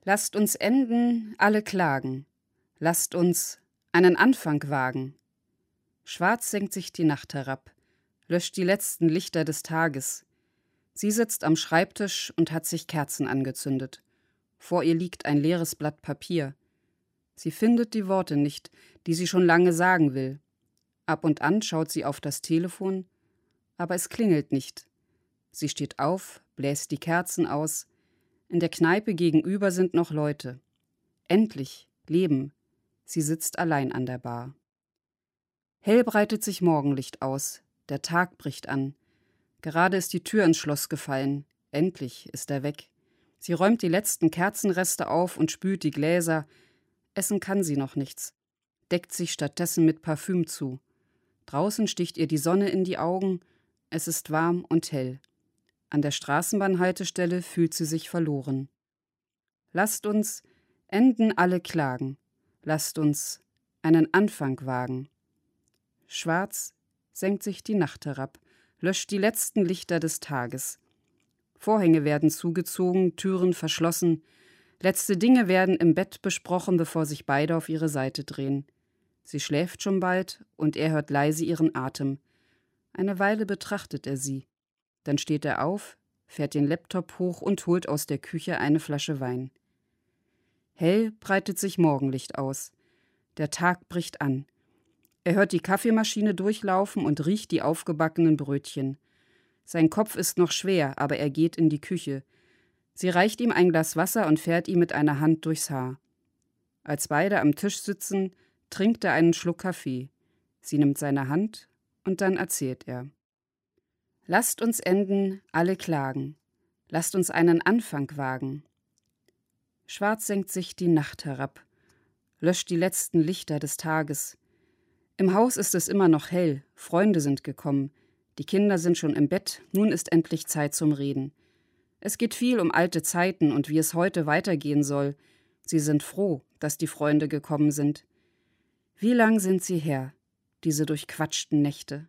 Lasst uns enden alle Klagen, lasst uns einen Anfang wagen. Schwarz senkt sich die Nacht herab, löscht die letzten Lichter des Tages. Sie sitzt am Schreibtisch und hat sich Kerzen angezündet. Vor ihr liegt ein leeres Blatt Papier. Sie findet die Worte nicht, die sie schon lange sagen will. Ab und an schaut sie auf das Telefon, aber es klingelt nicht. Sie steht auf, bläst die Kerzen aus. In der Kneipe gegenüber sind noch Leute. Endlich, Leben. Sie sitzt allein an der Bar. Hell breitet sich Morgenlicht aus. Der Tag bricht an. Gerade ist die Tür ins Schloss gefallen. Endlich ist er weg. Sie räumt die letzten Kerzenreste auf und spült die Gläser. Essen kann sie noch nichts. Deckt sich stattdessen mit Parfüm zu. Draußen sticht ihr die Sonne in die Augen. Es ist warm und hell. An der Straßenbahnhaltestelle fühlt sie sich verloren. Lasst uns enden alle Klagen. Lasst uns einen Anfang wagen. Schwarz senkt sich die Nacht herab, löscht die letzten Lichter des Tages. Vorhänge werden zugezogen, Türen verschlossen. Letzte Dinge werden im Bett besprochen, bevor sich beide auf ihre Seite drehen. Sie schläft schon bald und er hört leise ihren Atem. Eine Weile betrachtet er sie. Dann steht er auf, fährt den Laptop hoch und holt aus der Küche eine Flasche Wein. Hell breitet sich Morgenlicht aus. Der Tag bricht an. Er hört die Kaffeemaschine durchlaufen und riecht die aufgebackenen Brötchen. Sein Kopf ist noch schwer, aber er geht in die Küche. Sie reicht ihm ein Glas Wasser und fährt ihm mit einer Hand durchs Haar. Als beide am Tisch sitzen, trinkt er einen Schluck Kaffee. Sie nimmt seine Hand und dann erzählt er. Lasst uns enden alle Klagen. Lasst uns einen Anfang wagen. Schwarz senkt sich die Nacht herab, löscht die letzten Lichter des Tages. Im Haus ist es immer noch hell, Freunde sind gekommen, die Kinder sind schon im Bett, nun ist endlich Zeit zum Reden. Es geht viel um alte Zeiten und wie es heute weitergehen soll. Sie sind froh, dass die Freunde gekommen sind. Wie lang sind sie her, diese durchquatschten Nächte?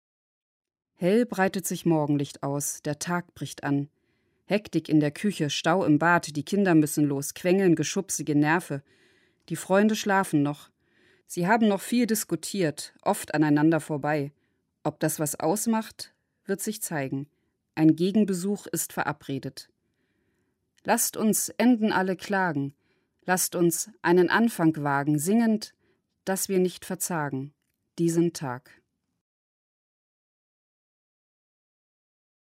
Hell breitet sich Morgenlicht aus, der Tag bricht an. Hektik in der Küche, Stau im Bad, die Kinder müssen los, Quengeln, geschubsige Nerve. Die Freunde schlafen noch. Sie haben noch viel diskutiert, oft aneinander vorbei. Ob das was ausmacht, wird sich zeigen. Ein Gegenbesuch ist verabredet. Lasst uns enden alle Klagen. Lasst uns einen Anfang wagen, singend, dass wir nicht verzagen, diesen Tag.